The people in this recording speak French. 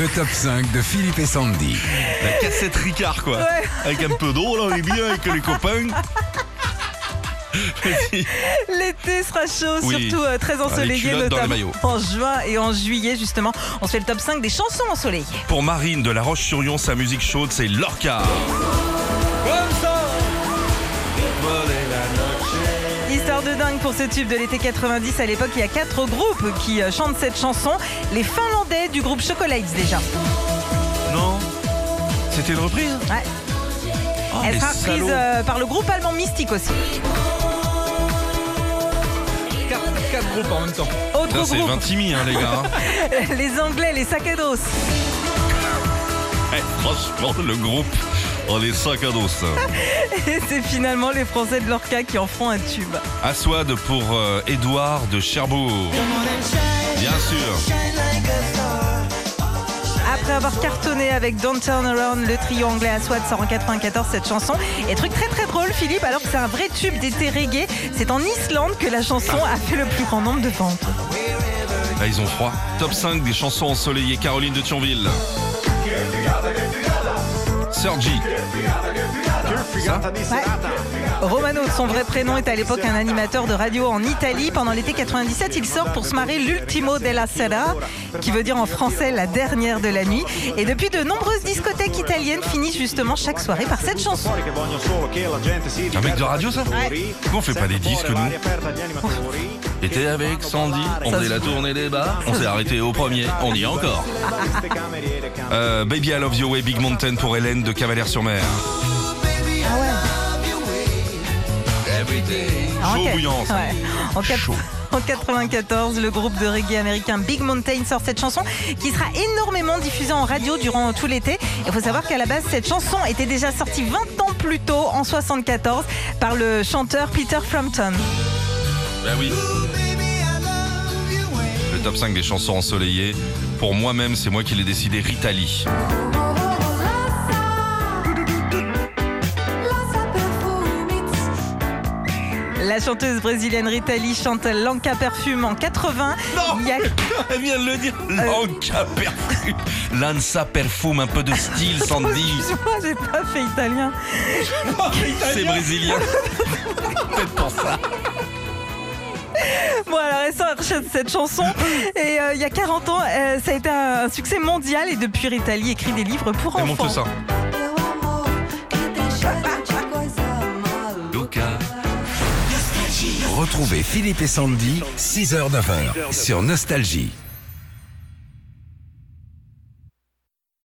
Le top 5 de Philippe et Sandy. La cassette Ricard, quoi. Ouais. Avec un peu d'eau, là, on est bien avec les copains. L'été sera chaud, Oui. surtout très ensoleillé, culottes dans les notamment maillots. en juin et en juillet, justement. On se fait le top 5 des chansons ensoleillées. Pour Marine de La Roche-sur-Yon, sa musique chaude, c'est Lorca. Histoire de dingue pour ce tube de l'été 90. À l'époque, il y a 4 groupes qui chantent cette chanson. Les Finlandais du groupe Chocolates, déjà. Non, c'était une reprise. Ouais. Oh, Elle les sera reprise salauds. par le groupe allemand Mystique aussi. 4 groupes en même temps. Autre Là, c'est groupe, Vintimille, hein, les gars. les Anglais, les Saccados. Franchement, le groupe, on est sac à dos. Et c'est finalement les Français de Lorca qui en feront un tube. Aswad pour Édouard de Cherbourg. Bien sûr. Après avoir cartonné avec Don't Turn Around, le trio anglais Aswad sort en 94 cette chanson. Et truc très très drôle, Philippe, alors que c'est un vrai tube d'été reggae, c'est en Islande que la chanson a fait le plus grand nombre de ventes. Là, ils ont froid. Top 5 des chansons ensoleillées. Caroline de Thionville. Sergi. Ouais. Romano, son vrai prénom, est à l'époque un animateur de radio en Italie. Pendant l'été 97, il sort pour se marrer l'Ultimo della Sera, qui veut dire en français la dernière de la nuit. Et depuis, de nombreuses discothèques italiennes finissent justement chaque soirée par cette chanson. Un mec de radio, ça? Pourquoi on fait pas des disques, nous? Était avec Sandy, on faisait la tournée des bars, on s'est arrêté au premier, on y est encore. Baby I Love You Way, Big Mountain pour Hélène de Cavalière-sur-Mer. Chaud bouillant, ça. Ouais. Chaud. En 94, le groupe de reggae américain Big Mountain sort cette chanson qui sera énormément diffusée en radio durant tout l'été. Il faut savoir qu'à la base, cette chanson était déjà sortie 20 ans plus tôt, en 74, par le chanteur Peter Frampton. Ben oui. Le top 5 des chansons ensoleillées. Pour moi-même, c'est moi qui l'ai décidé, Rita Lee. La chanteuse brésilienne Rita Lee chante Lanka Perfume en 80. Non, Il y a- elle vient de le dire. Lanca Perfume. Lanza Perfume, un peu de style, Sandy. Excuse-moi, j'ai pas fait italien. C'est brésilien. Peut-être pour ça. Bon, alors elle sort cette chanson et il y a 40 ans, ça a été un succès mondial et depuis Rita Lee écrit des livres pour Elle enfants. montre ça. Luca. Retrouvez Philippe et Sandy, 6h-9h, sur Nostalgie.